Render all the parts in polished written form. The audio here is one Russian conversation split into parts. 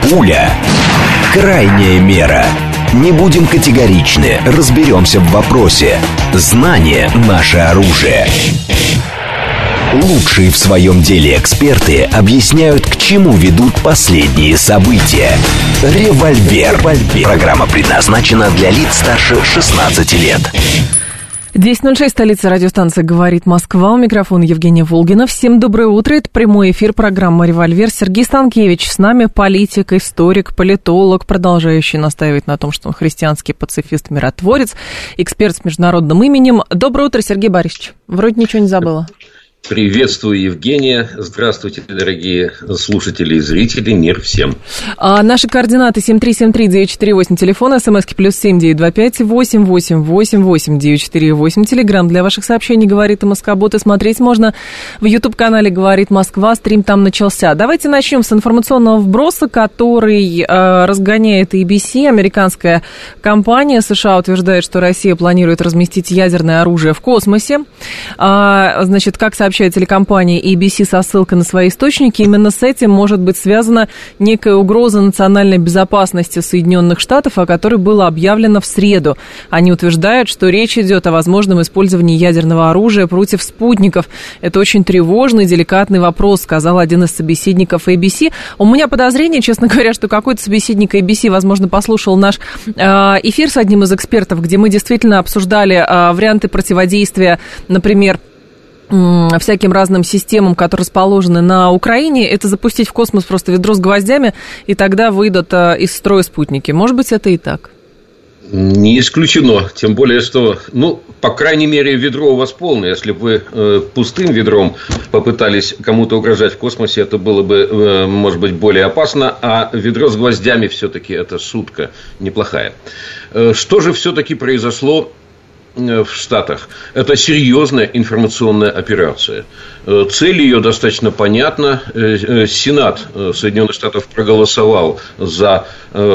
Пуля – крайняя мера. Не будем категоричны, разберемся в вопросе. Знание – наше оружие. Лучшие в своем деле эксперты объясняют, к чему ведут последние события. Револьвер. Программа предназначена для лиц старше 16 лет. 10:06, столица радиостанции «Говорит Москва». У микрофона Евгения Волгина. Всем доброе утро. Это прямой эфир программы «Револьвер». Сергей Станкевич с нами, политик, историк, политолог, продолжающий настаивать на том, что он христианский пацифист, миротворец, эксперт с международным именем. Доброе утро, Сергей Борисович. Вроде ничего не забыла. Приветствую, Евгения. Здравствуйте, дорогие слушатели и зрители. Мир всем. Наши координаты 7373948, телефон, смски +7 925 888 948, телеграм для ваших сообщений «Говорит МСК-бот», и смотреть можно в YouTube-канале «Говорит Москва», стрим там начался. Давайте начнем с информационного вброса, который разгоняет ABC. Американская компания США утверждает, что Россия планирует разместить ядерное оружие в космосе. Значит, как сообщает телекомпания ABC со ссылкой на свои источники, именно с этим может быть связана некая угроза национальной безопасности Соединенных Штатов, о которой было объявлено в среду. Они утверждают, что речь идет о возможном использовании ядерного оружия против спутников. Это очень тревожный, деликатный вопрос, сказал один из собеседников ABC. У меня подозрение, честно говоря, что какой-то собеседник ABC, возможно, послушал наш эфир с одним из экспертов, где мы действительно обсуждали варианты противодействия, например, всяким разным системам, которые расположены на Украине, это запустить в космос просто ведро с гвоздями, и тогда выйдут из строя спутники. Может быть, это и так? Не исключено. Тем более, что, по крайней мере, ведро у вас полное. Если бы вы пустым ведром попытались кому-то угрожать в космосе, это было бы, может быть, более опасно. А ведро с гвоздями все-таки это шутка неплохая. Что же все-таки произошло в Штатах? Это серьезная информационная операция. Цель ее достаточно понятна. Сенат Соединенных Штатов проголосовал за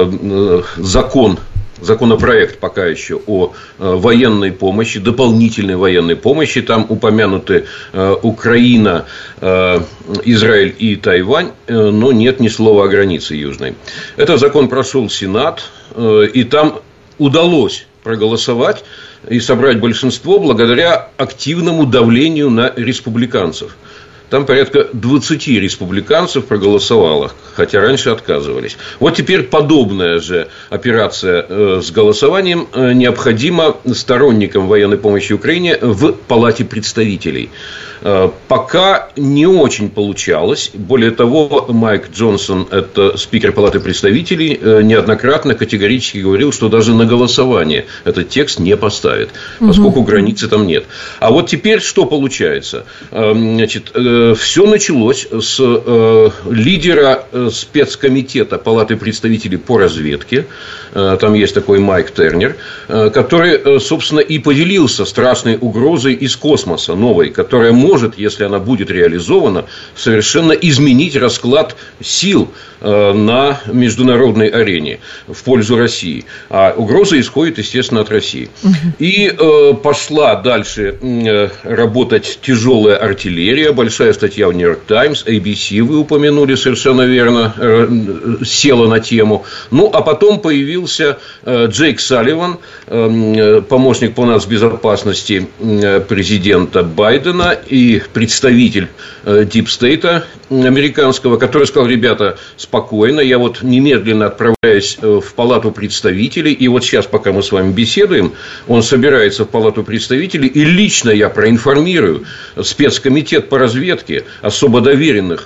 законопроект пока еще о военной помощи, дополнительной военной помощи. Там упомянуты Украина, Израиль и Тайвань, но нет ни слова о границе южной. Этот закон прошел Сенат, и там удалось проголосовать и собрать большинство благодаря активному давлению на республиканцев. Там порядка 20 республиканцев проголосовало, хотя раньше отказывались. Вот теперь подобная же операция с голосованием необходима сторонникам военной помощи Украине в Палате представителей. Пока не очень получалось. Более того, Майк Джонсон, это спикер Палаты представителей, неоднократно категорически говорил, что даже на голосование этот текст не поставит, поскольку границы там нет. А вот теперь что получается? Значит, все началось с лидера спецкомитета Палаты представителей по разведке. Там есть такой Майк Тернер, который, собственно, и поделился страшной угрозой из космоса, новой, которая может, если она будет реализована, совершенно изменить расклад сил на международной арене в пользу России. А угроза исходит, естественно, от России. И пошла дальше работать тяжелая артиллерия. Большая статья в Нью-Йорк Таймс, ABC вы упомянули совершенно верно, села на тему. А потом появился Джейк Салливан, помощник по нацбезопасности президента Байдена и представитель дипстейта американского, который сказал: ребята, спокойно, я вот немедленно отправляюсь в Палату представителей, и вот сейчас, пока мы с вами беседуем, он собирается в Палату представителей, и лично я проинформирую спецкомитет по разведке особо доверенных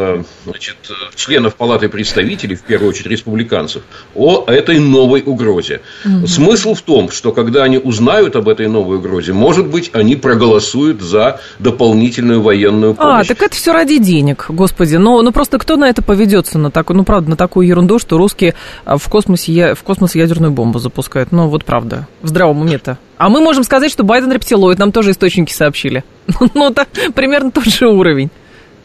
членов Палаты представителей, в первую очередь республиканцев, о этой новой угрозе. Смысл в том, что когда они узнают об этой новой угрозе, может быть, они проголосуют за дополнительную военную помощь. Так это все ради денег, господи. Ну просто кто на это поведется, на такую, правда, на такую ерунду, что русские в космос ядерную бомбу запускают. Вот правда, в здравом уме-то. А мы можем сказать, что Байден рептилоид, нам тоже источники сообщили. Так, примерно тот же уровень.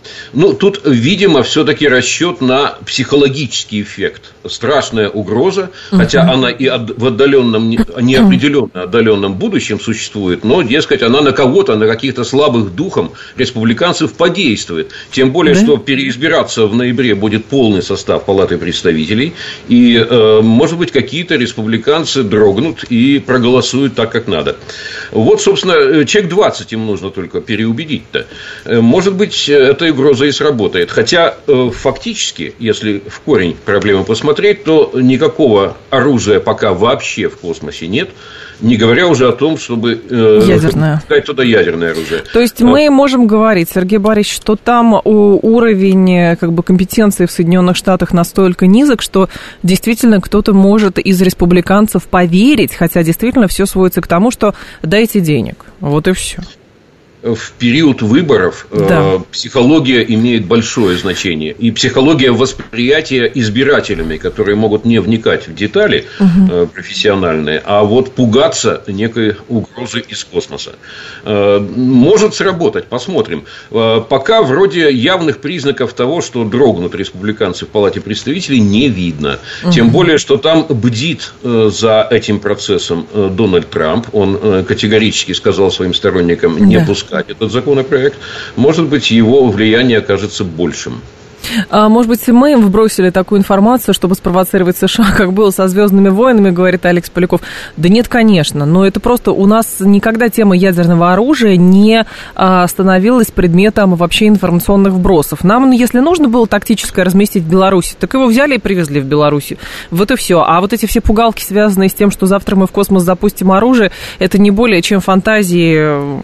Ну, тут, видимо, все-таки расчет на психологический эффект. Страшная угроза, хотя она и в отдаленном, неопределенно отдаленном будущем существует, но, дескать, она на кого-то, на каких-то слабых духом республиканцев подействует. Тем более, что переизбираться в ноябре будет полный состав Палаты представителей, и, может быть, какие-то республиканцы дрогнут и проголосуют так, как надо. Вот, собственно, человек 20 им нужно только переубедить-то. Может быть, эта угроза и сработает. Хотя, фактически, если в корень проблемы посмотреть, то никакого оружия пока вообще в космосе нет. Не говоря уже о том, чтобы пускать туда ядерное оружие. То есть мы можем говорить, Сергей Борисович, что там уровень компетенции в Соединенных Штатах настолько низок, что действительно кто-то может из республиканцев поверить, хотя действительно все сводится к тому, что дайте денег. Вот и все. В период выборов психология имеет большое значение. И психология восприятия избирателями, которые могут не вникать в детали профессиональные, а вот пугаться некой угрозы из космоса. Может сработать, посмотрим. Пока вроде явных признаков того, что дрогнут республиканцы в Палате представителей, не видно. Тем более, что там бдит за этим процессом Дональд Трамп. Он категорически сказал своим сторонникам не пускать этот законопроект, может быть, его влияние окажется большим. Может быть, мы им вбросили такую информацию, чтобы спровоцировать США, как было со «Звездными войнами», говорит Алекс Поляков. Да нет, конечно, но это просто у нас никогда тема ядерного оружия не становилась предметом вообще информационных вбросов. Нам, если нужно было тактическое разместить в Беларуси, так его взяли и привезли в Беларусь. Вот и все. А вот эти все пугалки, связанные с тем, что завтра мы в космос запустим оружие, это не более чем фантазии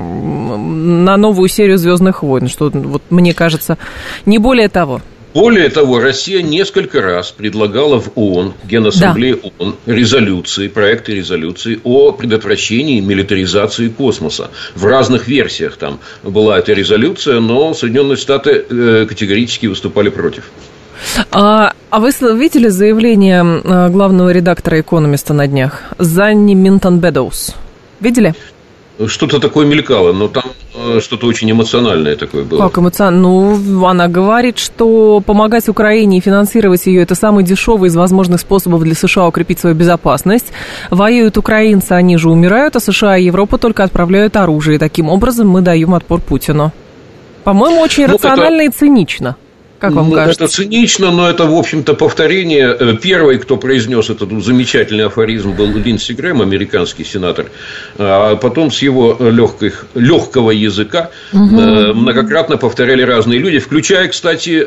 на новую серию «Звездных войн», что, вот, мне кажется, не более того. Более того, Россия несколько раз предлагала в ООН, Генассамблее ООН, проекты резолюции о предотвращении милитаризации космоса. В разных версиях там была эта резолюция, но Соединенные Штаты категорически выступали против. А вы видели заявление главного редактора «Экономиста» на днях? Занни Минтон-Бедоус. Видели? Что-то такое мелькало, но там что-то очень эмоциональное такое было. Как эмоциональное? Ну, она говорит, что помогать Украине и финансировать ее – это самый дешевый из возможных способов для США укрепить свою безопасность. Воюют украинцы, они же умирают, а США и Европа только отправляют оружие. И таким образом мы даем отпор Путину. По-моему, очень рационально и цинично. Как вам кажется? Это цинично, но это, в общем-то, повторение. Первый, кто произнес этот замечательный афоризм, был Линдси Грэм, американский сенатор. А потом с его легкого языка многократно повторяли разные люди, включая, кстати,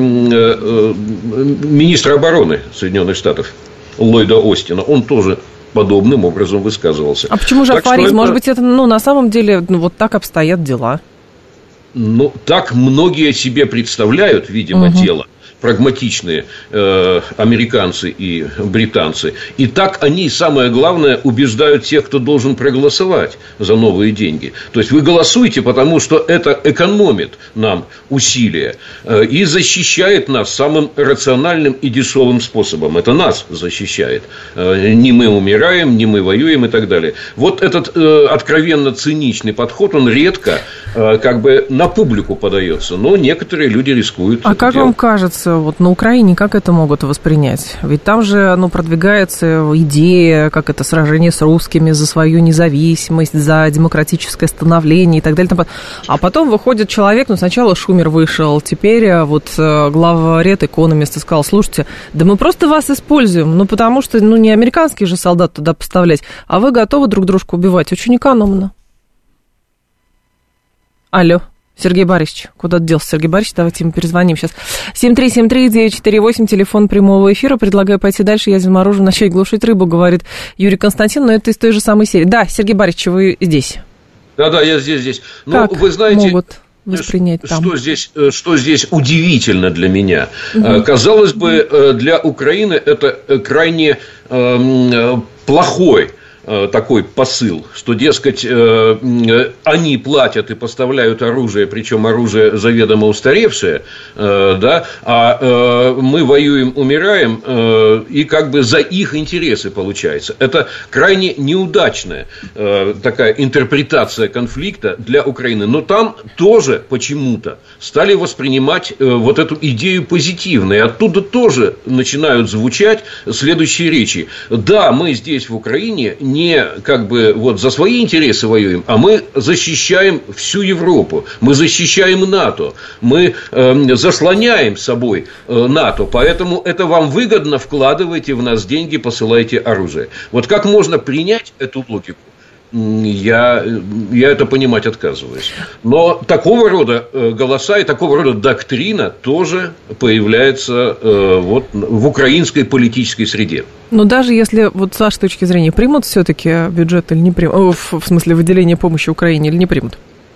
министра обороны Соединенных Штатов Ллойда Остина. Он тоже подобным образом высказывался. А почему же афоризм? Может быть, это на самом деле вот так обстоят дела? Ну, так многие себе представляют, видимо, дело. Прагматичные американцы и британцы. И так они, самое главное, убеждают тех, кто должен проголосовать за новые деньги. То есть вы голосуете, потому что это экономит нам усилия и защищает нас самым рациональным и дешевым способом. Это нас защищает. Не мы умираем, не мы воюем и так далее. Вот этот откровенно циничный подход, он редко на публику подается, но некоторые люди рискуют. А как вам кажется, вот на Украине как это могут воспринять? Ведь там же продвигается идея, как это сражение с русскими за свою независимость, за демократическое становление и так далее. А потом выходит человек, сначала Шумер вышел, теперь вот главред «Экономиста» сказал: слушайте, да мы просто вас используем, потому что не американских же солдат туда поставлять, а вы готовы друг дружку убивать, очень экономно. Алло. Сергей Борисович, куда-то делся Сергей Борисович, давайте ему перезвоним сейчас. 7373948, телефон прямого эфира. Предлагаю пойти дальше. Я заморожу, начать глушить рыбу, говорит Юрий Константин, но это из той же самой серии. Да, Сергей Борисович, вы здесь. Да, я здесь. Но как вы знаете, могут воспринять там? Что здесь удивительно для меня. Казалось бы, для Украины это крайне плохой такой посыл, что, дескать, они платят и поставляют оружие, причем оружие заведомо устаревшее, да, а мы воюем, умираем, и как бы за их интересы получается. Это крайне неудачная такая интерпретация конфликта для Украины. Но там тоже почему-то стали воспринимать вот эту идею позитивно, и оттуда тоже начинают звучать следующие речи. Да, мы здесь в Украине не как бы вот за свои интересы воюем, а мы защищаем всю Европу, мы защищаем НАТО, мы заслоняем собой НАТО, поэтому это вам выгодно, вкладывайте в нас деньги, посылайте оружие. Вот как можно принять эту логику? Я это понимать отказываюсь. Но такого рода голоса и такого рода доктрина тоже появляется вот в украинской политической среде. Но даже если, вот с вашей точки зрения, примут все-таки бюджет или не примут, в смысле выделение помощи Украине или не примут?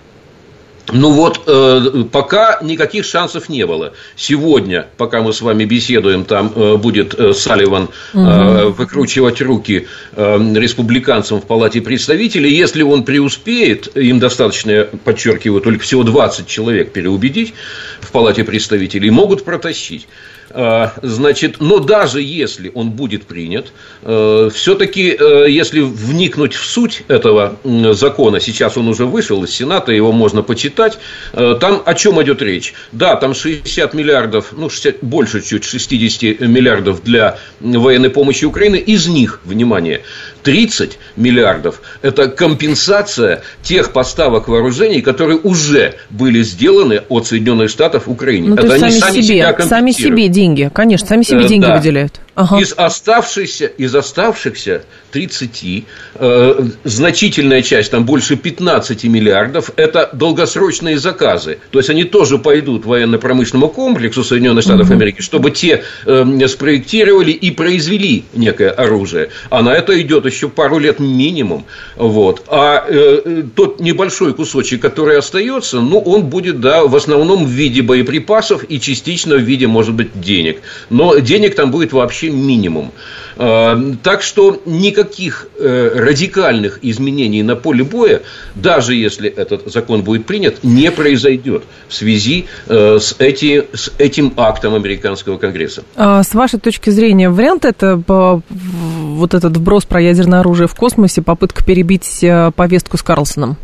Ну вот, пока никаких шансов не было. Сегодня, пока мы с вами беседуем, там будет Салливан выкручивать руки республиканцам в Палате представителей. Если он преуспеет, им достаточно, я подчеркиваю, только всего 20 человек переубедить в Палате представителей, могут протащить. Значит, но даже если он будет принят, все-таки, если вникнуть в суть этого закона, сейчас он уже вышел из Сената, его можно почитать, там о чем идет речь? Да, там 60 миллиардов, ну, 60, больше чуть, 60 миллиардов для военной помощи Украины, из них, внимание, 30 миллиардов – это компенсация тех поставок вооружений, которые уже были сделаны от Соединенных Штатов Украине. Ну, это они сами себе деньги, конечно, сами себе деньги выделяют. Ага. Из оставшихся 30, значительная часть, там больше 15 миллиардов, это долгосрочные заказы. То есть, они тоже пойдут в военно-промышленному комплексу Соединенных Штатов Америки, чтобы те спроектировали и произвели некое оружие. А на это идет еще пару лет минимум. Вот. А тот небольшой кусочек, который остается, ну, он будет, да, в основном в виде боеприпасов и частично в виде, может быть, денег. Но денег там будет вообще минимум. Так что никаких радикальных изменений на поле боя, даже если этот закон будет принят, не произойдет в связи с этим актом американского Конгресса. С вашей точки зрения, вариант это вот этот вброс про ядерное оружие в космосе, попытка перебить повестку с Карлсоном?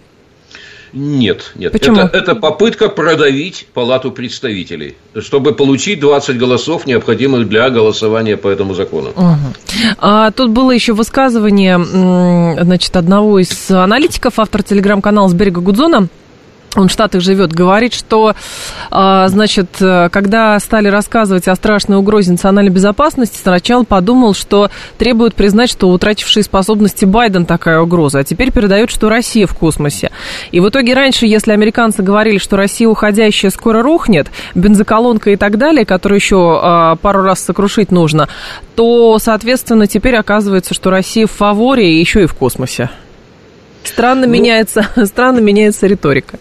Нет. Почему? Это попытка продавить Палату представителей, чтобы получить 20 голосов, необходимых для голосования по этому закону. Тут было еще высказывание, значит, одного из аналитиков, автор телеграм-канала «С берега Гудзона». Он в Штатах живет, говорит, что, значит, когда стали рассказывать о страшной угрозе национальной безопасности, сначала подумал, что требует признать, что утративший способности Байден такая угроза, а теперь передают, что Россия в космосе. И в итоге раньше, если американцы говорили, что Россия уходящая скоро рухнет, бензоколонка и так далее, которую еще пару раз сокрушить нужно, то, соответственно, теперь оказывается, что Россия в фаворе и еще и в космосе. Странно меняется риторика.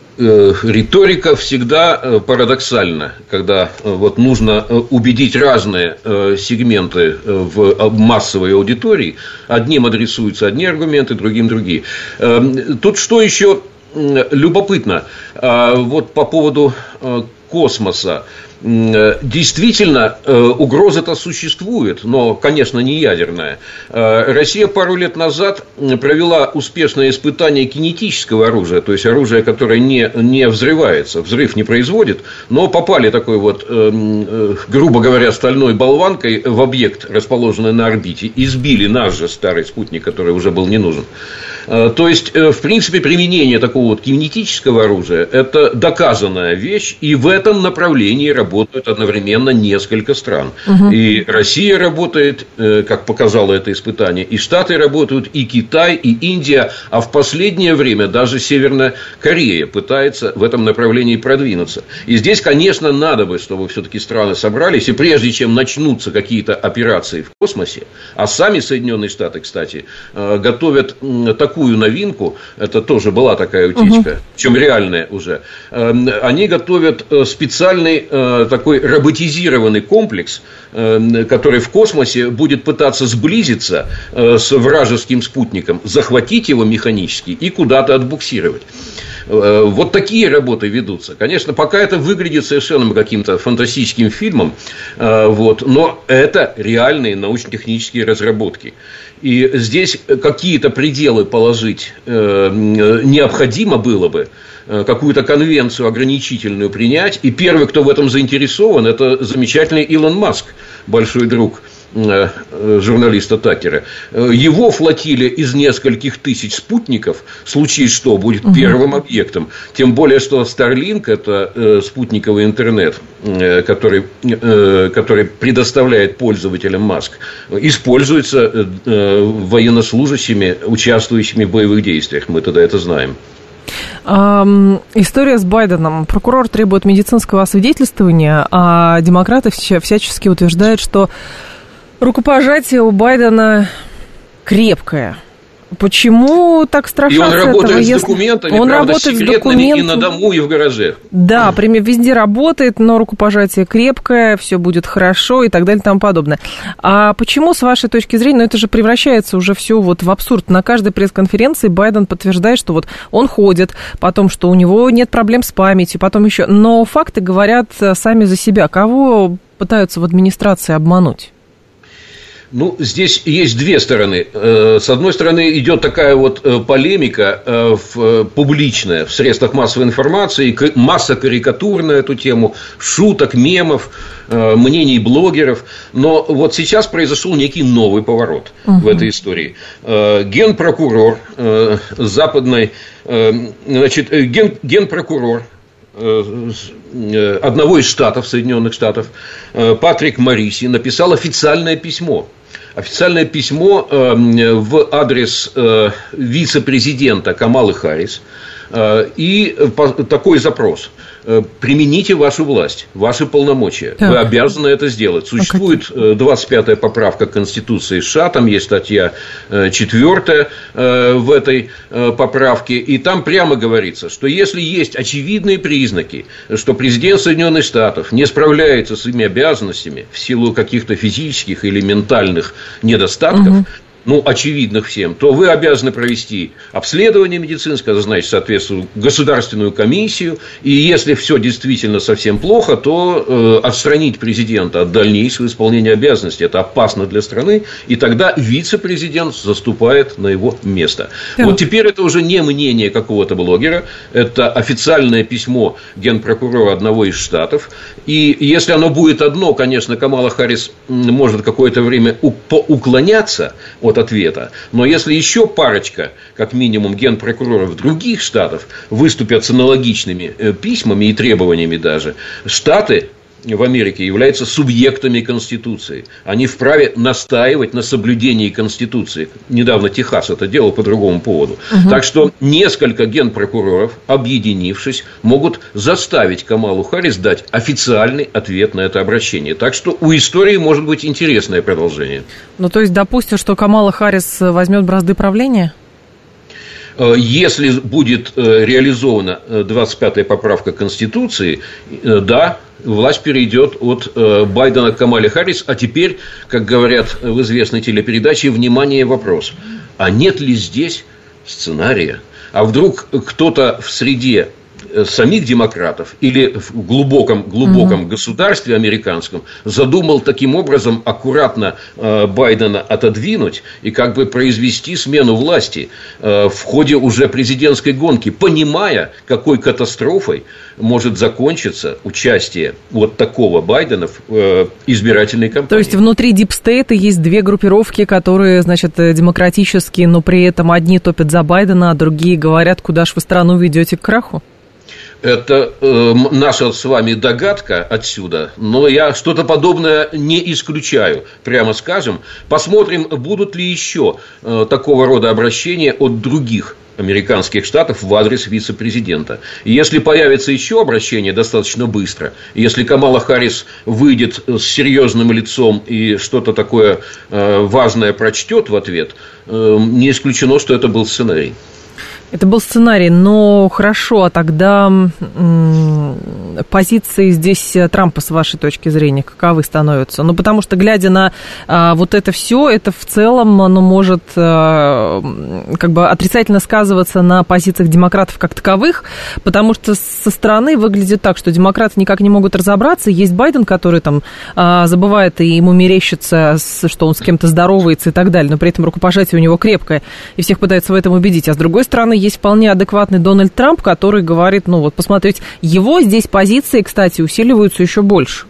Риторика всегда парадоксальна, когда вот нужно убедить разные сегменты в массовой аудитории. Одним адресуются одни аргументы, другим другие. Тут что еще любопытно, вот по поводу космоса. Действительно, угроза-то существует, но, конечно, не ядерная. Россия пару лет назад провела успешное испытание кинетического оружия, то есть оружия, которое не взрывается, взрыв не производит, но попали такой вот, грубо говоря, стальной болванкой в объект, расположенный на орбите, и сбили наш же старый спутник, который уже был не нужен. То есть, в принципе, применение такого вот кинетического оружия – это доказанная вещь, и в этом направлении работают одновременно несколько стран. И Россия работает, как показало это испытание, и Штаты работают, и Китай, и Индия, а в последнее время даже Северная Корея пытается в этом направлении продвинуться. И здесь, конечно, надо бы, чтобы все-таки страны собрались, и прежде чем начнутся какие-то операции в космосе, а сами Соединенные Штаты, кстати, готовят такую новинку, это тоже была такая утечка, причем реальная уже, они готовят специальный такой роботизированный комплекс, который в космосе будет пытаться сблизиться с вражеским спутником, захватить его механически и куда-то отбуксировать. Вот такие работы ведутся. Конечно, пока это выглядит совершенно каким-то фантастическим фильмом, но это реальные научно-технические разработки. И здесь какие-то пределы положить необходимо было бы, какую-то конвенцию ограничительную принять. И первый, кто в этом заинтересован, это замечательный Илон Маск, большой друг журналиста Такера. Его флотилия из нескольких тысяч спутников, случись что, будет первым объектом. Тем более, что Starlink – это спутниковый интернет, который предоставляет пользователям Маск, используется военнослужащими, участвующими в боевых действиях. Мы тогда это знаем. История с Байденом. Прокурор требует медицинского освидетельствования, а демократы всячески утверждают, что рукопожатие у Байдена крепкое. Почему так страшно? И он работает с документами, он правда, работает секретными, с документами и на дому, и в гараже. Да, везде работает, но рукопожатие крепкое, все будет хорошо и так далее и тому подобное. А почему, с вашей точки зрения, это же превращается уже все вот в абсурд? На каждой пресс-конференции Байден подтверждает, что вот он ходит, потом, что у него нет проблем с памятью, потом еще. Но факты говорят сами за себя. Кого пытаются в администрации обмануть? Ну, здесь есть две стороны. С одной стороны, идет такая вот полемика публичная в средствах массовой информации, масса карикатур на эту тему, шуток, мемов, мнений блогеров. Но вот сейчас произошел некий новый поворот в этой истории. Генпрокурор западной, генпрокурор одного из штатов, Соединенных Штатов, Патрик Мориси, написал официальное письмо в адрес вице-президента Камалы Харрис. И такой запрос: примените вашу власть, ваши полномочия. Так. Вы обязаны это сделать. Существует 25-я поправка Конституции США, там есть статья 4 в этой поправке, и там прямо говорится, что если есть очевидные признаки, что президент Соединенных Штатов не справляется с своими обязанностями в силу каких-то физических или ментальных недостатков, очевидных всем, то вы обязаны провести обследование медицинское, это значит, соответствует государственную комиссию, и если все действительно совсем плохо, то отстранить президента от дальнейшего исполнения обязанностей. Это опасно для страны, и тогда вице-президент заступает на его место. Вот теперь это уже не мнение какого-то блогера, это официальное письмо генпрокурора одного из штатов, и если оно будет одно, конечно, Камала Харрис может какое-то время уклоняться от ответа. Но если еще парочка, как минимум, генпрокуроров других штатов выступят с аналогичными письмами и требованиями даже, штаты в Америке являются субъектами Конституции. Они вправе настаивать на соблюдении Конституции. Недавно Техас это делал по другому поводу. Так что несколько генпрокуроров, объединившись, могут заставить Камалу Харрис дать официальный ответ на это обращение. Так что у истории может быть интересное продолжение. То есть, допустим, что Камала Харрис возьмет бразды правления? Если будет реализована 25-я поправка Конституции, да, власть перейдет от Байдена к Камале Харрис. А теперь, как говорят в известной телепередаче, внимание, вопрос: а нет ли здесь сценария? А вдруг кто-то в среде самих демократов или в глубоком государстве американском задумал таким образом аккуратно Байдена отодвинуть и как бы произвести смену власти в ходе уже президентской гонки, понимая, какой катастрофой может закончиться участие вот такого Байдена в избирательной кампании. То есть внутри дипстейта есть две группировки, которые, значит, демократические, но при этом одни топят за Байдена, а другие говорят, куда ж вы страну ведете к краху? Это наша с вами догадка отсюда, но я что-то подобное не исключаю, прямо скажем. Посмотрим, будут ли еще такого рода обращения от других американских штатов в адрес вице-президента. И если появится еще обращение достаточно быстро, если Камала Харрис выйдет с серьезным лицом и что-то такое важное прочтет в ответ, не исключено, что это был сценарий. Это был сценарий, но хорошо, а тогда позиции здесь Трампа, с вашей точки зрения, каковы становятся? Ну, потому что, глядя на вот это все, это в целом, оно может как бы отрицательно сказываться на позициях демократов как таковых, потому что со стороны выглядит так, что демократы никак не могут разобраться. Есть Байден, который там забывает, и ему мерещится, что он с кем-то здоровается и так далее, но при этом рукопожатие у него крепкое, и всех пытаются в этом убедить. А с другой стороны, есть вполне адекватный Дональд Трамп, который говорит, ну вот посмотрите, его здесь позиции, кстати, усиливаются еще больше.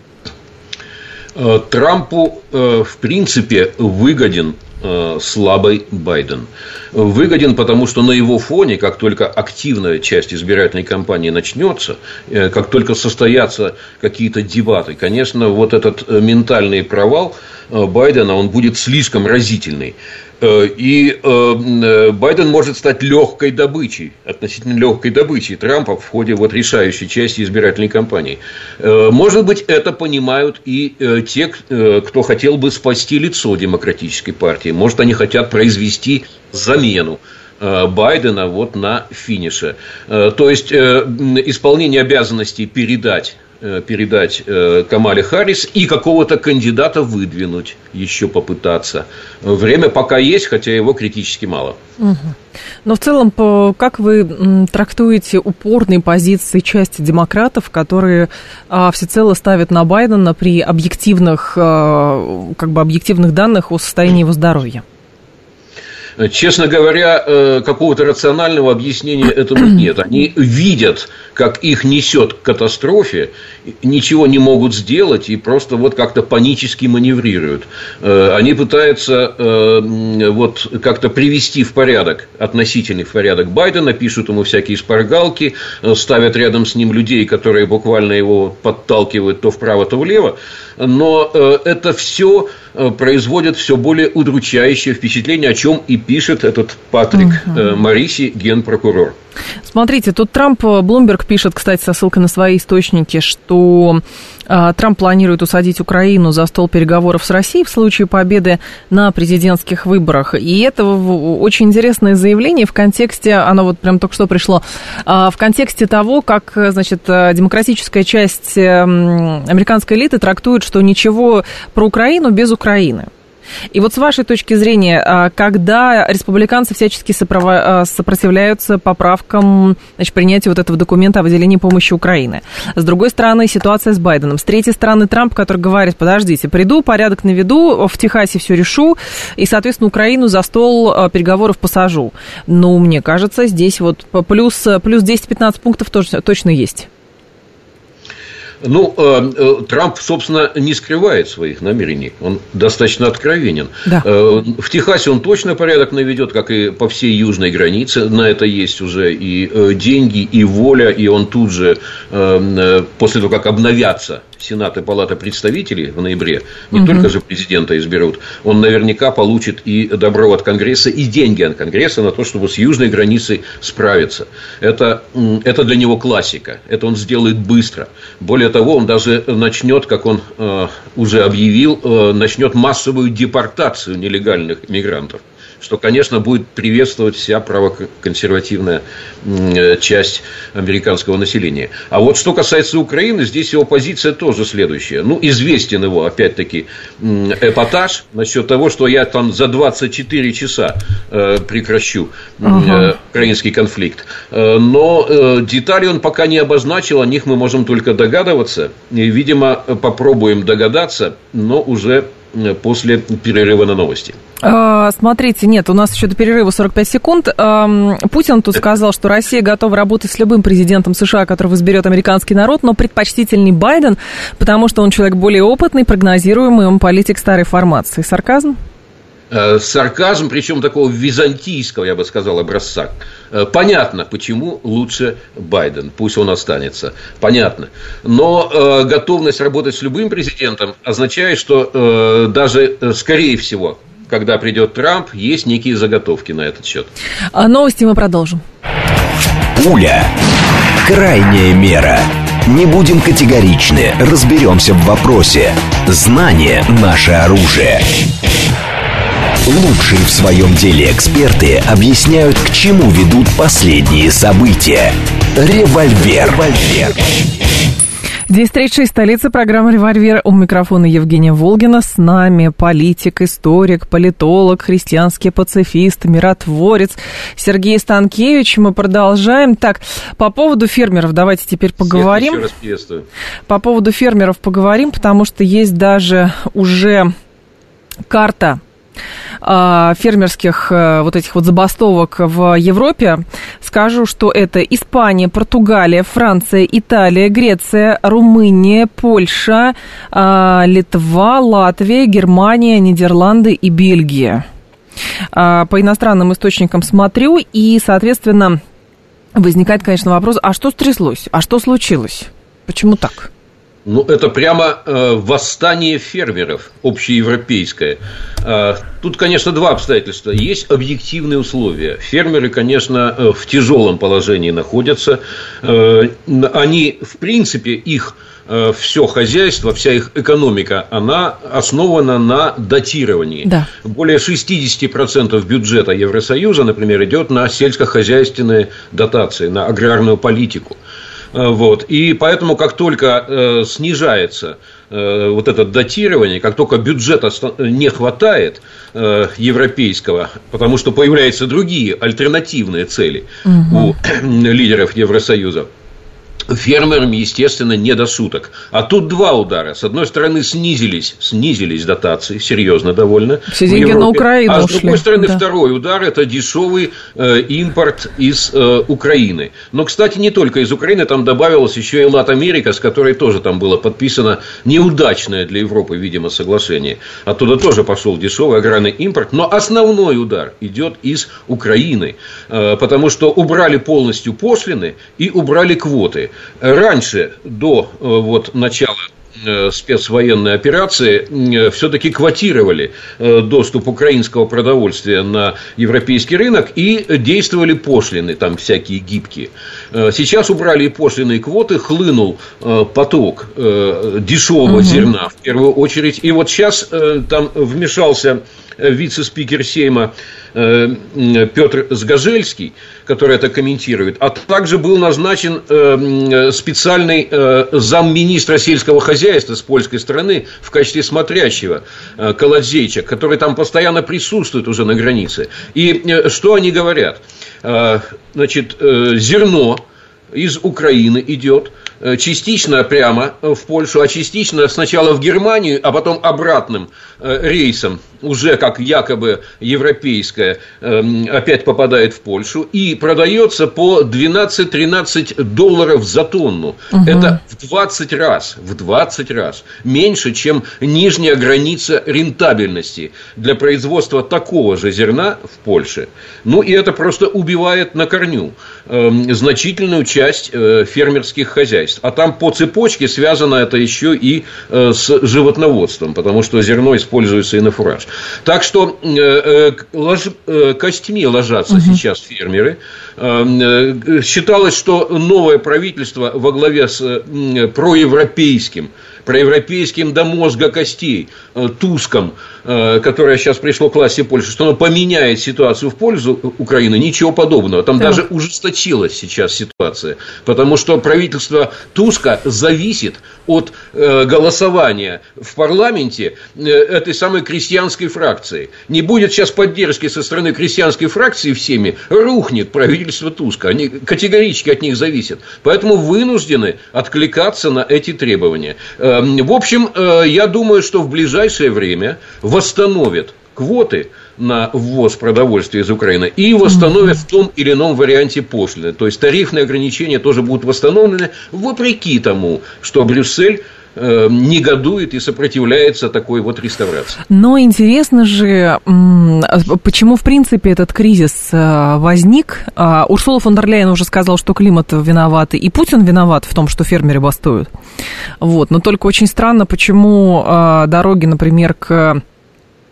Трампу, в принципе, выгоден слабый Байден. Выгоден, потому что на его фоне, как только активная часть избирательной кампании начнется, как только состоятся какие-то дебаты, конечно, вот этот ментальный провал Байдена, он будет слишком разительный. И Байден может стать легкой добычей, относительно легкой добычей Трампа в ходе вот решающей части избирательной кампании. Может быть, это понимают и те, кто хотел бы спасти лицо демократической партии. Может, они хотят произвести замену Байдена вот на финише. То есть, исполнение обязанностей передать Камале Харрис и какого-то кандидата выдвинуть, еще попытаться. Время пока есть, хотя его критически мало. Угу. Но в целом, как вы трактуете упорные позиции части демократов, которые всецело ставят на Байдена при объективных данных о состоянии его здоровья? Честно говоря, какого-то рационального объяснения этому нет. Они видят, как их несет к катастрофе, ничего не могут сделать и просто вот как-то панически маневрируют. Они пытаются вот как-то привести в порядок, относительный в порядок Байдена, пишут ему всякие шпаргалки, ставят рядом с ним людей, которые буквально его подталкивают то вправо, то влево. Но это все производит все более удручающее впечатление, о чем и пишет этот Патрик Мориси, генпрокурор. Смотрите, тут Блумберг пишет, кстати, со ссылкой на свои источники, что Трамп планирует усадить Украину за стол переговоров с Россией в случае победы на президентских выборах. И это очень интересное заявление в контексте, оно вот прям только что пришло, в контексте того, как, значит, демократическая часть американской элиты трактует, что ничего про Украину без Украины. И вот с вашей точки зрения, когда республиканцы всячески сопротивляются поправкам, значит, принятию вот этого документа о выделении помощи Украины, с другой стороны ситуация с Байденом, с третьей стороны Трамп, который говорит, подождите, приду, порядок наведу, в Техасе все решу, и, соответственно, Украину за стол переговоров посажу. Ну, мне кажется, здесь вот плюс 10-15 пунктов точно есть. Ну, Трамп, собственно, не скрывает своих намерений. Он достаточно откровенен. Да. В Техасе он точно порядок наведет, как и по всей южной границе. На это есть уже и деньги, и воля. И он тут же, после того, как обновятся Сенат и Палата представителей в ноябре, не только же президента изберут, он наверняка получит и добро от Конгресса, и деньги от Конгресса на то, чтобы с южной границей справиться. Это для него классика. Это он сделает быстро. Более того, он даже начнет, как он уже объявил, начнет массовую депортацию нелегальных мигрантов, что, конечно, будет приветствовать вся правоконсервативная часть американского населения. А вот что касается Украины, здесь его позиция тоже следующая. Ну, известен его, опять-таки, эпатаж насчет того, что я там за 24 часа прекращу украинский конфликт. Но детали он пока не обозначил, о них мы можем только догадываться. И, видимо, попробуем догадаться, но уже после перерыва на новости. Смотрите, нет, у нас еще до перерыва 45 секунд. Путин тут сказал, что Россия готова работать с любым президентом США, которого изберет американский народ, но предпочтительней Байден, потому что он человек более опытный, прогнозируемый, он политик старой формации. Сарказм? Сарказм, причем такого византийского, я бы сказал, образца. Понятно, почему лучше Байден, пусть он останется. Понятно. Но готовность работать с любым президентом означает, что даже, скорее всего, когда придет Трамп, есть некие заготовки на этот счет. Новости мы продолжим. Пуля. Крайняя мера. Не будем категоричны, разберемся в вопросе. Знание – наше оружие. Лучшие в своем деле эксперты объясняют, к чему ведут последние события. Револьвер. 10:36, столица, программа «Револьвер». У микрофона Евгения Волгина. С нами политик, историк, политолог, христианский пацифист, миротворец Сергей Станкевич. Мы продолжаем. Так, по поводу фермеров давайте теперь поговорим. Всех еще раз приветствую. По поводу фермеров поговорим, потому что есть даже уже карта фермерских вот этих вот забастовок в Европе. Скажу, что это Испания, Португалия, Франция, Италия, Греция, Румыния, Польша, Литва, Латвия, Германия, Нидерланды и Бельгия. По иностранным источникам смотрю, и, соответственно, возникает, конечно, вопрос, а что стряслось? А что случилось? Почему так? Ну, это прямо восстание фермеров общеевропейское. Тут, конечно, два обстоятельства. Есть объективные условия. Фермеры, конечно, в тяжелом положении находятся. Они, в принципе, их все хозяйство, вся их экономика, она основана на датировании. Да. Более 60% бюджета Евросоюза, например, идет на сельскохозяйственные дотации, на аграрную политику. Вот. И поэтому, как только снижается вот это датирование, как только бюджета не хватает европейского, потому что появляются другие альтернативные цели у лидеров Евросоюза, фермерам, естественно, не до шуток. А тут два удара. С одной стороны, снизились дотации, серьезно довольно. Все деньги на Украину ушли. А с другой стороны, второй удар – это дешевый импорт из Украины. Но, кстати, не только из Украины, там добавилась еще и Лат-Америка, с которой тоже там было подписано неудачное для Европы, видимо, соглашение. Оттуда тоже пошел дешевый аграрный импорт. Но основной удар идет из Украины, потому что убрали полностью пошлины и убрали квоты. Раньше, до начала спецвоенной операции, все-таки квотировали доступ украинского продовольствия на европейский рынок и действовали пошлины, там всякие гибкие. Сейчас убрали и пошлины, и квоты, хлынул поток дешевого зерна в первую очередь. И вот сейчас там вмешался вице-спикер Сейма Петр Сгожельский, который это комментирует, а также был назначен специальный замминистра сельского хозяйства с польской стороны в качестве смотрящего Колодзейчик, который там постоянно присутствует уже на границе. И что они говорят? Значит, зерно из Украины идет частично прямо в Польшу, а частично сначала в Германию, а потом обратным рейсом, уже как якобы европейское, опять попадает в Польшу и продается по $12-13 за тонну. Это в 20 раз меньше, чем нижняя граница рентабельности для производства такого же зерна в Польше. Ну, и это просто убивает на корню значительную часть фермерских хозяйств. А там по цепочке связано это еще и с животноводством, потому что зерно используется и на фураж. Так что костьми ложатся сейчас фермеры. Считалось, что новое правительство во главе с проевропейским до мозга костей Туском, которое сейчас пришло к власти Польши, что оно поменяет ситуацию в пользу Украины, ничего подобного. Там даже ужесточилась сейчас ситуация, потому что правительство Туска зависит от голосования в парламенте этой самой крестьянской фракции. Не будет сейчас поддержки со стороны крестьянской фракции всеми, рухнет правительство Туска. Они категорически от них зависят. Поэтому вынуждены откликаться на эти требования. В общем, я думаю, что в ближайшее время восстановят квоты на ввоз продовольствия из Украины и восстановят в том или ином варианте пошлины. То есть тарифные ограничения тоже будут восстановлены, вопреки тому, что Брюссель негодует и сопротивляется такой вот реставрации. Но интересно же, почему, в принципе, этот кризис возник. Урсула фон дер Ляйен уже сказала, что климат виноват, и Путин виноват в том, что фермеры бастуют. Вот. Но только очень странно, почему дороги, например, к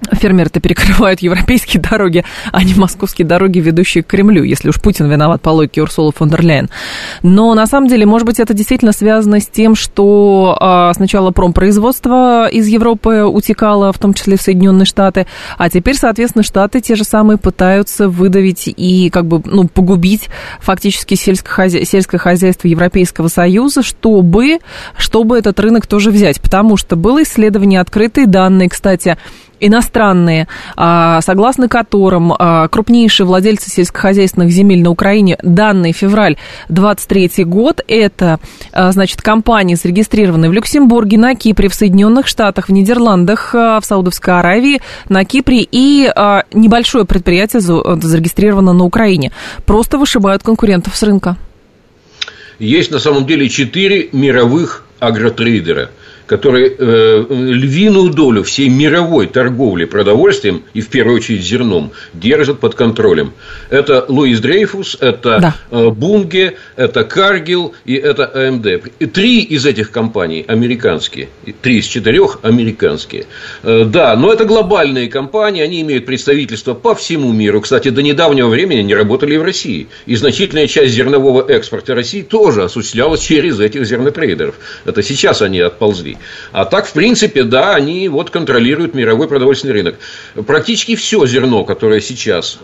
фермеры-то перекрывают европейские дороги, а не московские дороги, ведущие к Кремлю, если уж Путин виноват по логике Урсулы фон дер Ляйен. Но на самом деле, может быть, это действительно связано с тем, что сначала промпроизводство из Европы утекало, в том числе в Соединенные Штаты, а теперь, соответственно, Штаты те же самые пытаются выдавить и как бы, погубить фактически сельское хозяйство Европейского Союза, чтобы этот рынок тоже взять. Потому что было исследование, открытые данные, кстати, иностранные, согласно которым крупнейшие владельцы сельскохозяйственных земель на Украине, данные февраль 23 год, это, значит, компании, зарегистрированные в Люксембурге, на Кипре, в Соединенных Штатах, в Нидерландах, в Саудовской Аравии, на Кипре и небольшое предприятие зарегистрировано на Украине, просто вышибают конкурентов с рынка. Есть на самом деле 4 мировых агротрейдера, которые львиную долю всей мировой торговли продовольствием и, в первую очередь, зерном держат под контролем. Это Луис Дрейфус, это Бунге, это Каргил и это АМД. 3 из этих компаний американские, 3 из 4 американские. Да, но это глобальные компании, они имеют представительство по всему миру. Кстати, до недавнего времени не работали и в России. И значительная часть зернового экспорта России тоже осуществлялась через этих зернотрейдеров. Это сейчас они отползли. А так, в принципе, да, они вот контролируют мировой продовольственный рынок. Практически все зерно, которое сейчас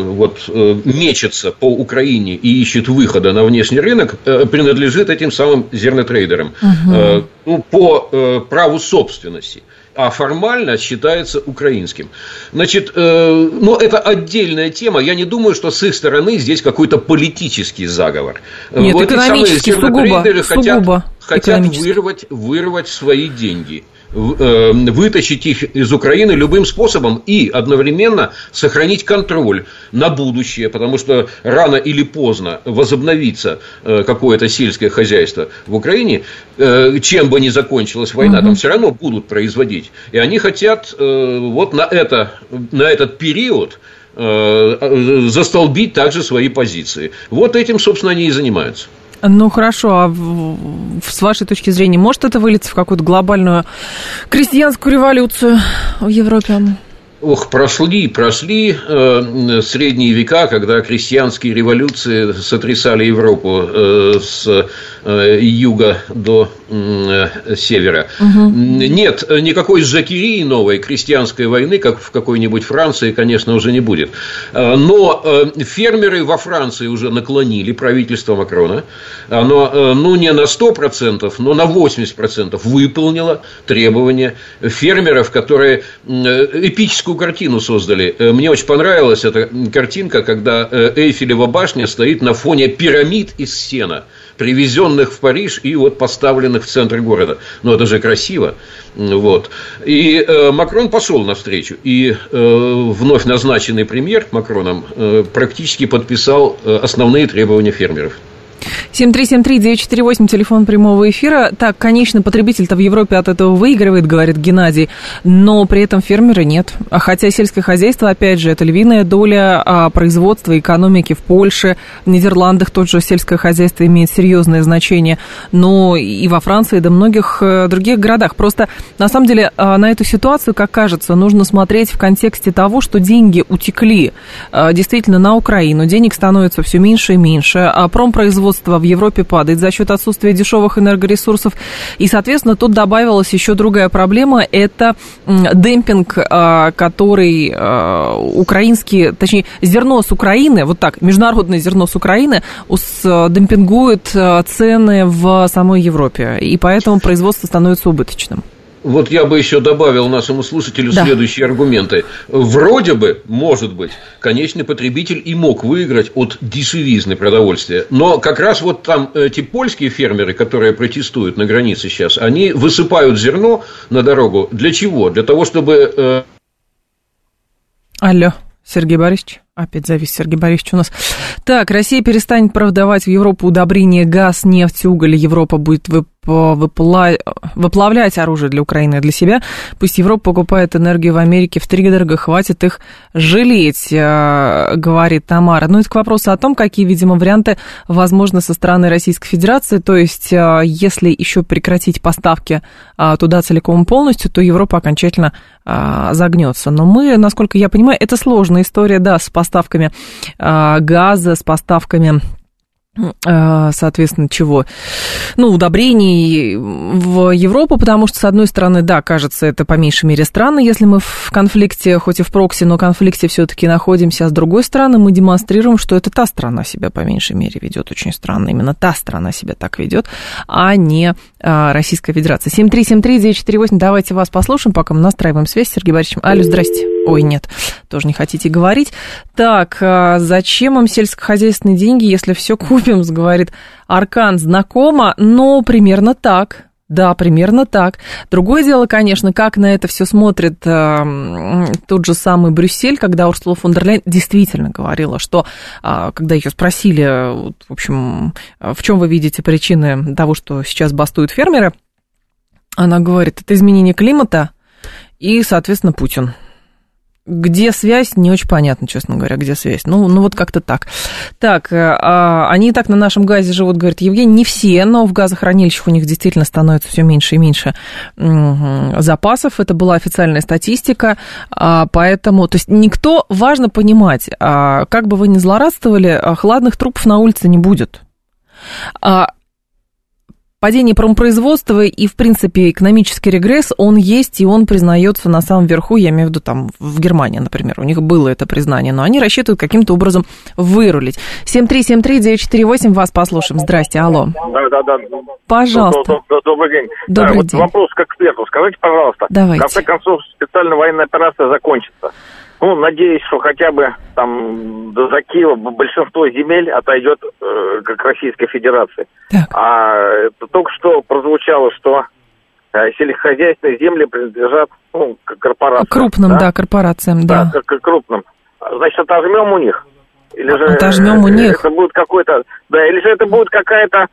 мечется по Украине и ищет выхода на внешний рынок, принадлежит этим самым зернотрейдерам по праву собственности. А формально считается украинским. Значит, это отдельная тема. Я не думаю, что с их стороны здесь какой-то политический заговор. Нет, экономический, сугубо хотят вырвать свои деньги, вытащить их из Украины любым способом и одновременно сохранить контроль на будущее, потому что рано или поздно возобновится какое-то сельское хозяйство в Украине, чем бы ни закончилась война, там все равно будут производить. И они хотят на этот период застолбить также свои позиции. Вот этим, собственно, они и занимаются. Ну, хорошо, а с вашей точки зрения, может это вылиться в какую-то глобальную крестьянскую революцию в Европе? Прошли средние века, когда крестьянские революции сотрясали Европу с юга до севера. Нет, никакой жакерии новой крестьянской войны, как в какой-нибудь Франции, конечно, уже не будет. Но фермеры во Франции уже наклонили правительство Макрона. Оно, не на 100%, но на 80% выполнило требования фермеров, которые эпическую картину создали. Мне очень понравилась эта картинка, когда Эйфелева башня стоит на фоне пирамид из сена, привезенных в Париж и поставленных в центр города. Это же красиво. И Макрон пошел навстречу. И вновь назначенный премьер Макроном практически подписал основные требования фермеров. 7373948, телефон прямого эфира. Так, конечно, потребитель-то в Европе от этого выигрывает, говорит Геннадий, но при этом фермеры нет. Хотя сельское хозяйство, опять же, это львиная доля производства, экономики в Польше, в Нидерландах тоже сельское хозяйство имеет серьезное значение, но и во Франции, да многих других городах. Просто, на самом деле, на эту ситуацию, как кажется, нужно смотреть в контексте того, что деньги утекли действительно на Украину, денег становится все меньше и меньше, а промпроизводство в Европе падает за счет отсутствия дешевых энергоресурсов. И, соответственно, тут добавилась еще другая проблема. Это демпинг, который украинские, точнее, зерно с Украины, международное зерно с Украины демпингует цены в самой Европе. И поэтому производство становится убыточным. Я бы еще добавил нашему слушателю следующие аргументы. Вроде бы, может быть, конечный потребитель и мог выиграть от дешевизны продовольствия. Но как раз там эти польские фермеры, которые протестуют на границе сейчас, они высыпают зерно на дорогу. Для чего? Для того, чтобы... Алло, Сергей Борисович. Опять завис Сергей Борисович у нас. Так, Россия перестанет продавать в Европу удобрения, газ, нефть, уголь. Европа будет выплавлять оружие для Украины и для себя. Пусть Европа покупает энергию в Америке втридорого, хватит их жалеть, говорит Тамара. Ну, это к вопросу о том, какие, видимо, варианты возможны со стороны Российской Федерации. То есть, если еще прекратить поставки туда целиком и полностью, то Европа окончательно загнется. Но мы, насколько я понимаю, это сложная история, да, с поставками газа, с поставками, соответственно, чего? Ну, удобрений в Европу, потому что, с одной стороны, да, кажется, это по меньшей мере странно, если мы в конфликте, хоть и в прокси, но в конфликте все-таки находимся, а с другой стороны, мы демонстрируем, что это та страна себя по меньшей мере ведет очень странно. Именно та страна себя так ведет, а не Российская Федерация. 7373948, давайте вас послушаем, пока мы настраиваем связь с Сергеем Борисовичем. Алло, здрасте. Ой, нет, тоже не хотите говорить. Так, зачем им сельскохозяйственные деньги, если все купим, говорит Аркан. Знакомо, но примерно так. Да, примерно так. Другое дело, конечно, как на это все смотрит тот же самый Брюссель, когда Урсула фон дер Ляйен действительно говорила, что, когда ее спросили, в общем, в чем вы видите причины того, что сейчас бастуют фермеры, она говорит, это изменение климата и, соответственно, Путин. Где связь, не очень понятно, честно говоря, где связь. Ну вот как-то так. Так, они и так на нашем газе живут, говорит Евгений, не все, но в газохранилищах у них действительно становится все меньше и меньше запасов. Это была официальная статистика, поэтому, то есть никто, важно понимать, как бы вы ни злорадствовали, хладных трупов на улице не будет. Падение промпроизводства и, в принципе, экономический регресс, он есть, и он признается на самом верху, я имею в виду там в Германии, например, у них было это признание, но они рассчитывают каким-то образом вырулить. 7373948, вас послушаем. Здрасте, алло. Да. Пожалуйста. Добрый день. Добрый день. Вопрос к эксперту. Скажите, пожалуйста, давайте. В конце концов, специальная военная операция закончится. Ну, надеюсь, что хотя бы там до Киева большинство земель отойдет к Российской Федерации. Так. А это только что прозвучало, что сельскохозяйственные земли принадлежат к корпорациям. Крупным, да, корпорациям, да. Да, к крупным. Значит, отожмем у них. Или же отожмем у них. Это будет какой-то, да, или же это будет какая-то.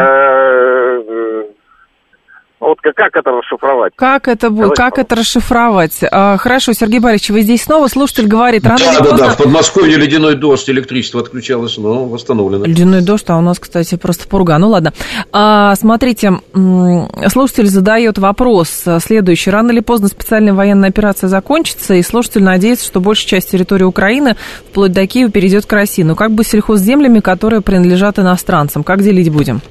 Вот как это расшифровать? Как это будет? Как это расшифровать? Хорошо, Сергей Борисович, вы здесь снова? Слушатель говорит, рано или поздно... Да, в Подмосковье ледяной дождь, электричество отключалось, но восстановлено. Ледяной дождь, а у нас, кстати, просто пурга. Ну, ладно. Смотрите, слушатель задает вопрос следующий. Рано или поздно специальная военная операция закончится, и слушатель надеется, что большая часть территории Украины, вплоть до Киева, перейдет к России. Но как бы с сельхозземлями, которые принадлежат иностранцам? Как делить будем?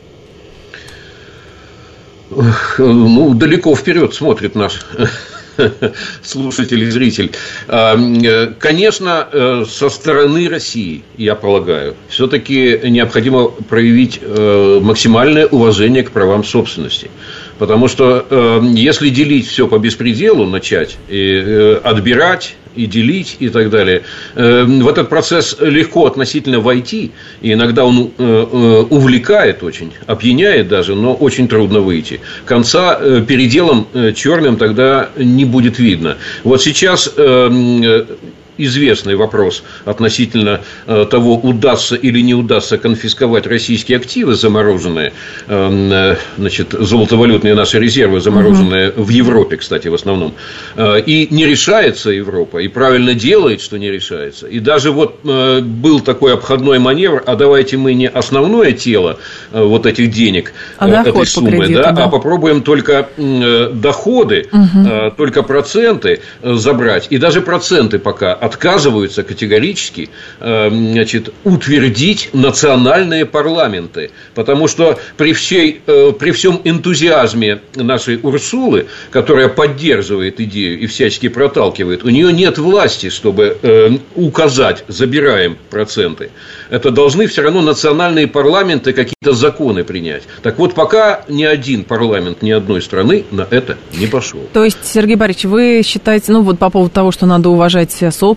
Ну, далеко вперед смотрит наш слушатель и зритель. Конечно, со стороны России, я полагаю, все-таки необходимо проявить максимальное уважение к правам собственности. Потому что если делить все по беспределу, начать и отбирать, и делить, и так далее, в этот процесс легко относительно войти, и иногда он увлекает очень, опьяняет даже, но очень трудно выйти. Конца переделом черным тогда не будет видно. Вот сейчас известный вопрос относительно того, удастся или не удастся конфисковать российские активы замороженные, значит, золотовалютные наши резервы замороженные в Европе, кстати, в основном, и не решается Европа, и правильно делает, что не решается. И даже вот был такой обходной маневр, а давайте мы не основное тело вот этих денег, этой суммы, кредиту, да, а попробуем только доходы, только проценты забрать, и даже проценты пока отказываются категорически, значит, утвердить национальные парламенты. Потому что при всем энтузиазме нашей Урсулы, которая поддерживает идею и всячески проталкивает, у нее нет власти, чтобы указать, забираем проценты. Это должны все равно национальные парламенты какие-то законы принять. Так вот, пока ни один парламент ни одной страны на это не пошел. То есть, Сергей Борисович, вы считаете, ну вот по поводу того, что надо уважать собственность,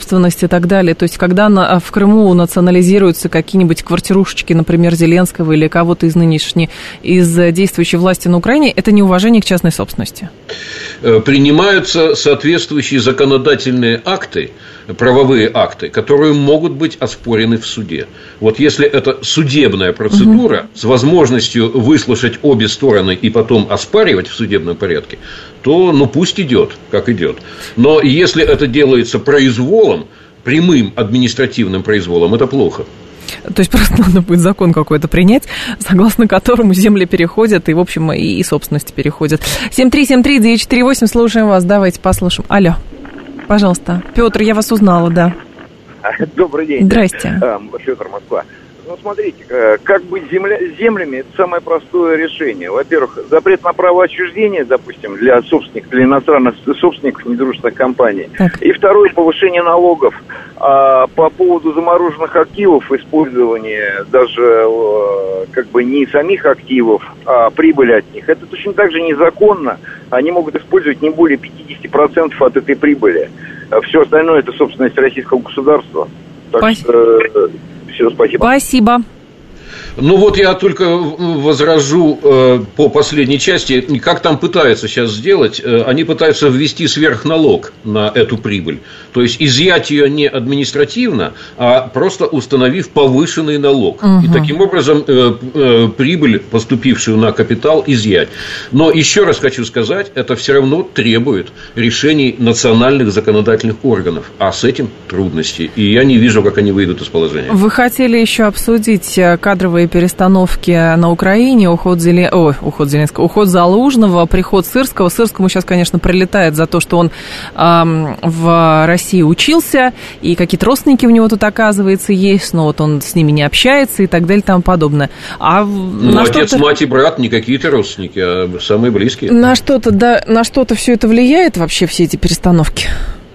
собственность и так далее. То есть, когда в Крыму национализируются какие-нибудь квартирушечки, например, Зеленского или кого-то из действующей власти на Украине, это неуважение к частной собственности. Принимаются соответствующие законодательные акты, правовые акты, которые могут быть оспорены в суде. Вот если это судебная процедура с возможностью выслушать обе стороны и потом оспаривать в судебном порядке, то пусть идет, как идет. Но если это делается произволом, прямым административным произволом, это плохо. То есть просто надо будет закон какой-то принять, согласно которому земли переходят и, в общем, и собственности переходят. 7373948, слушаем вас, давайте послушаем. Алло, пожалуйста. Петр, я вас узнала, да. Добрый день. Здрасте. Федор, Москва. Смотрите, как быть с землями, это самое простое решение. Во-первых, запрет на право отчуждения, допустим, для собственников, для иностранных собственников недружественных компаний. Так. И второе, повышение налогов. По поводу замороженных активов, использования даже не самих активов, а прибыли от них, это точно так же незаконно. Они могут использовать не более 50% от этой прибыли. Все остальное это собственность российского государства. Так что... Все, спасибо. Спасибо. Я только возражу по последней части. Как там пытаются сейчас сделать? Они пытаются ввести сверхналог на эту прибыль. То есть, изъять ее не административно, а просто установив повышенный налог. Угу. И таким образом прибыль, поступившую на капитал, изъять. Но еще раз хочу сказать, это все равно требует решений национальных законодательных органов. А с этим трудности. И я не вижу, как они выйдут из положения. Вы хотели еще обсудить кадровые перестановки на Украине, уход Зеленского, уход Залужного, приход Сырского. Сырскому сейчас, конечно, прилетает за то, что он в России учился, и какие-то родственники у него тут, оказывается, есть, но вот он с ними не общается и так далее и тому подобное. Отец, мать и брат не какие-то родственники, а самые близкие. На что-то все это влияет вообще, все эти перестановки?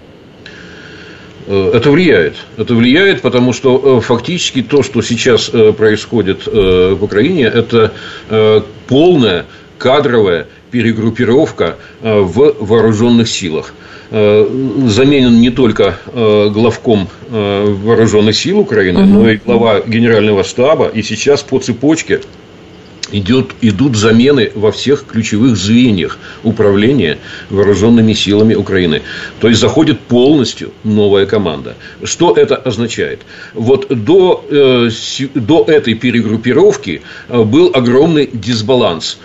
Это влияет, потому что фактически то, что сейчас происходит в Украине, это полная кадровая перегруппировка в вооруженных силах. Заменен не только главком вооруженных сил Украины, но и глава генерального штаба, и сейчас по цепочке идут замены во всех ключевых звеньях управления вооруженными силами Украины. То есть, заходит полностью новая команда. Что это означает? Вот до этой перегруппировки был огромный дисбаланс.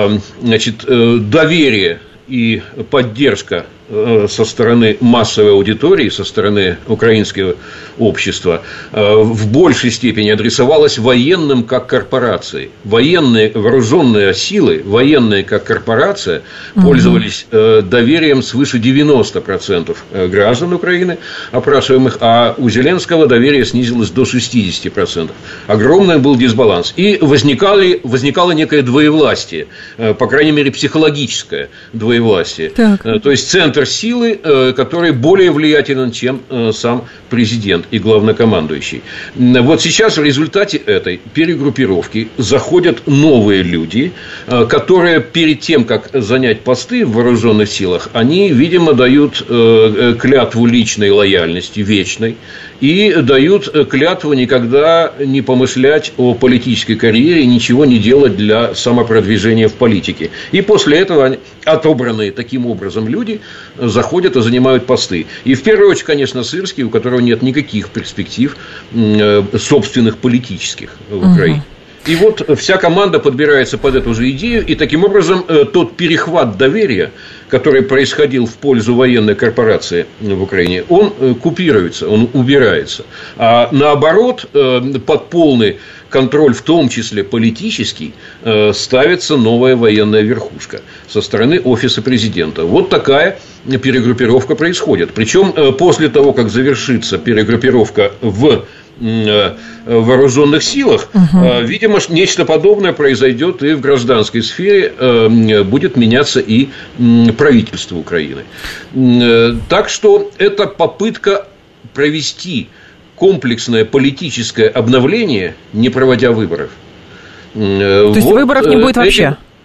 Доверие и поддержка со стороны массовой аудитории, со стороны украинского общества в большей степени адресовалась военным как корпорации. Военные, вооруженные силы, военные как корпорация пользовались доверием свыше 90% граждан Украины, опрашиваемых, а у Зеленского доверие снизилось до 60%. Огромный был дисбаланс. И возникало некое двоевластие, по крайней мере, психологическое двоевластие. То есть, центр силы, который более влиятелен, чем сам президент и главнокомандующий. Вот сейчас в результате этой перегруппировки заходят новые люди, которые перед тем, как занять посты в вооруженных силах, они, видимо, дают клятву личной лояльности, вечной, и дают клятву никогда не помышлять о политической карьере и ничего не делать для самопродвижения в политике. И после этого отобранные таким образом люди заходят и занимают посты. И в первую очередь, конечно, Сырский, у которого нет никаких перспектив собственных политических в Украине. И вот вся команда подбирается под эту же идею, и таким образом тот перехват доверия, который происходил в пользу военной корпорации в Украине, он купируется, он убирается. А наоборот, под полный контроль, в том числе политический, ставится новая военная верхушка со стороны офиса президента. Вот такая перегруппировка происходит. Причем после того, как завершится перегруппировка в вооруженных силах, видимо, нечто подобное произойдет и в гражданской сфере, будет меняться и правительство Украины. Так что это попытка провести комплексное политическое обновление, не проводя выборов. То есть выборов не будет вообще?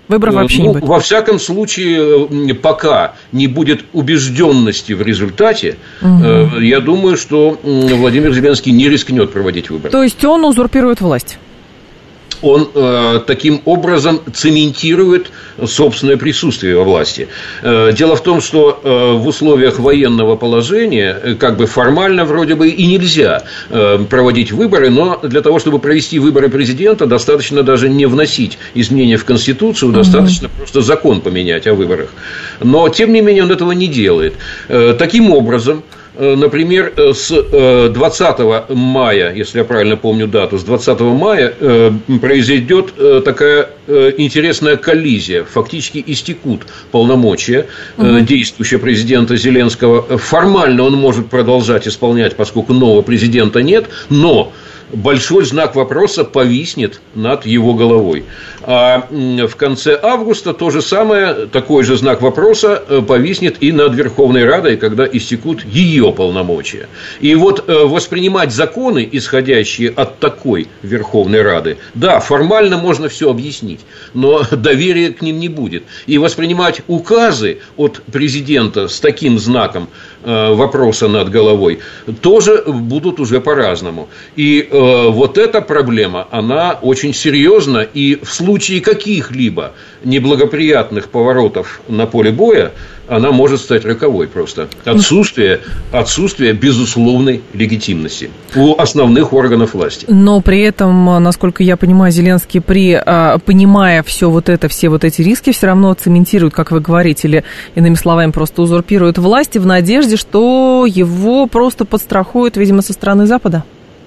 Выборов вообще не будет. Во всяком случае, пока не будет убежденности в результате, я думаю, что Владимир Зеленский не рискнет проводить выборы. То есть он узурпирует власть? Он таким образом цементирует собственное присутствие во власти. Дело в том, что в условиях военного положения как бы формально вроде бы и нельзя проводить выборы, но для того, чтобы провести выборы президента, достаточно даже не вносить изменения в Конституцию, достаточно просто закон поменять о выборах. Но, тем не менее, он этого не делает. Таким образом, например, с 20 мая, если я правильно помню дату, с 20 мая произойдет такая интересная коллизия. Фактически истекут полномочия действующего президента Зеленского. Формально он может продолжать исполнять, поскольку нового президента нет, но большой знак вопроса повиснет над его головой. А в конце августа то же самое, такой же знак вопроса повиснет и над Верховной Радой, когда истекут ее полномочия. И вот воспринимать законы, исходящие от такой Верховной Рады, да, формально можно все объяснить, но доверия к ним не будет. И воспринимать указы от президента с таким знаком вопроса над головой тоже будут уже по-разному. И вот эта проблема, она очень серьезна, и в случае каких-либо неблагоприятных поворотов на поле боя она может стать роковой просто. Отсутствие безусловной легитимности у основных органов власти. Но при этом, насколько я понимаю, Зеленский, понимая все эти риски, все равно цементирует, как вы говорите, или, иными словами, просто узурпирует власть в надежде, что его просто подстрахуют, видимо, со стороны Запада.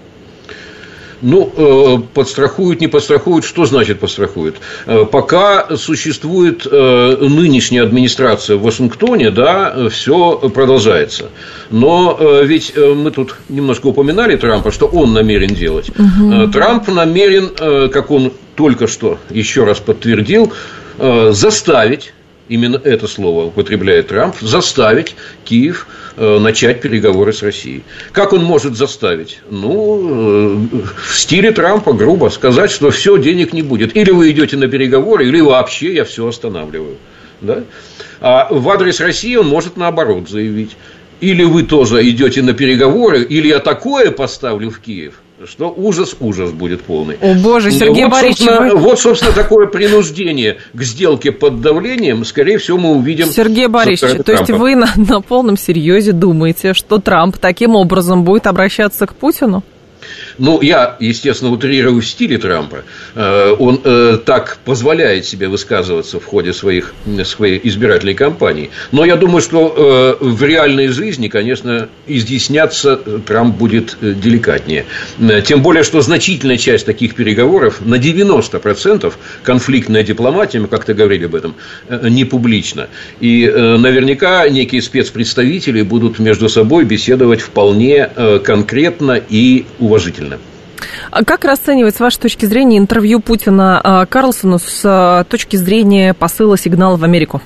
Подстрахуют, не подстрахуют. Что значит подстрахуют? Пока существует нынешняя администрация в Вашингтоне, да, все продолжается. Но ведь мы тут немножко упоминали Трампа, что он намерен делать. Трамп намерен, как он только что еще раз подтвердил, заставить, именно это слово употребляет Трамп, заставить Киев начать переговоры с Россией. Как он может заставить? В стиле Трампа, грубо сказать, что все, денег не будет. Или вы идете на переговоры, или вообще я все останавливаю. Да? А в адрес России он может наоборот заявить. Или вы тоже идете на переговоры, или я такое поставлю в Киев, что ужас будет полный. О, боже, Сергей Борисович. Вот, собственно, такое принуждение к сделке под давлением, скорее всего, мы увидим. Сергей Борисович, то есть вы на полном серьезе думаете, что Трамп таким образом будет обращаться к Путину? Я, естественно, утрирую в стиле Трампа. Он так позволяет себе высказываться в ходе своей избирательной кампании. Но я думаю, что в реальной жизни, конечно, изъясняться Трамп будет деликатнее. Тем более, что значительная часть таких переговоров, на 90% конфликтная дипломатия, мы как-то говорили об этом, не публична. И наверняка некие спецпредставители будут между собой беседовать вполне конкретно и уважительно. А как расценивать, с вашей точки зрения, интервью Путина Карлсону с точки зрения посыла сигнала в Америку?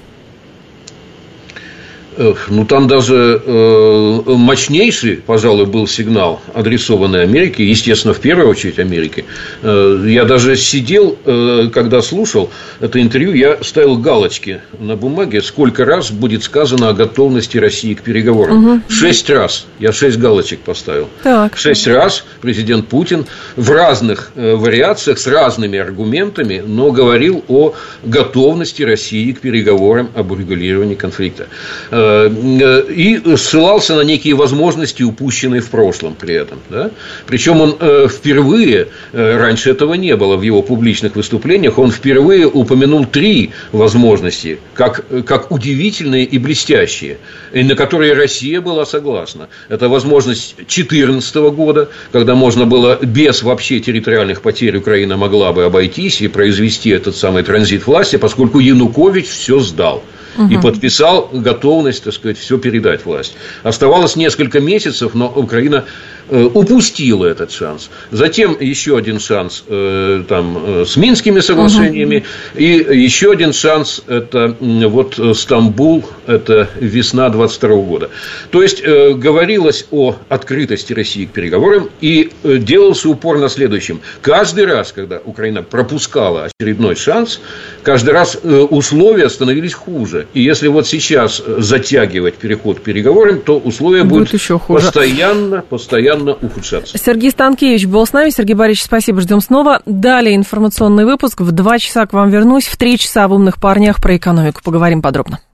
Там даже мощнейший, пожалуй, был сигнал, адресованный Америке, естественно, в первую очередь Америке. Я даже сидел, когда слушал это интервью, я ставил галочки на бумаге, сколько раз будет сказано о готовности России к переговорам. 6 раз. Я 6 галочек поставил. Так. 6 раз президент Путин в разных вариациях, с разными аргументами, но говорил о готовности России к переговорам об урегулировании конфликта. И ссылался на некие возможности, упущенные в прошлом при этом. Да? Причем он впервые, раньше этого не было в его публичных выступлениях, он впервые упомянул 3 возможности, как удивительные и блестящие, и на которые Россия была согласна. Это возможность 2014 года, когда можно было без вообще территориальных потерь, Украина могла бы обойтись и произвести этот самый транзит власти, поскольку Янукович все сдал. и подписал готовность, так сказать, все передать власть. Оставалось несколько месяцев, но Украина упустила этот шанс. Затем еще один шанс с Минскими соглашениями, и еще один шанс – это вот Стамбул, это весна 22 года. То есть говорилось о открытости России к переговорам, и делался упор на следующем. Каждый раз, когда Украина пропускала очередной шанс, каждый раз условия становились хуже. И если вот сейчас затягивать переход к переговорам, то условия будут еще хуже. Постоянно ухудшаться. Сергей Станкевич был с нами. Сергей Борисович, спасибо, ждем снова. Далее информационный выпуск. В 2 часа к вам вернусь. В 3 часа в «Умных парнях» про экономику поговорим подробно.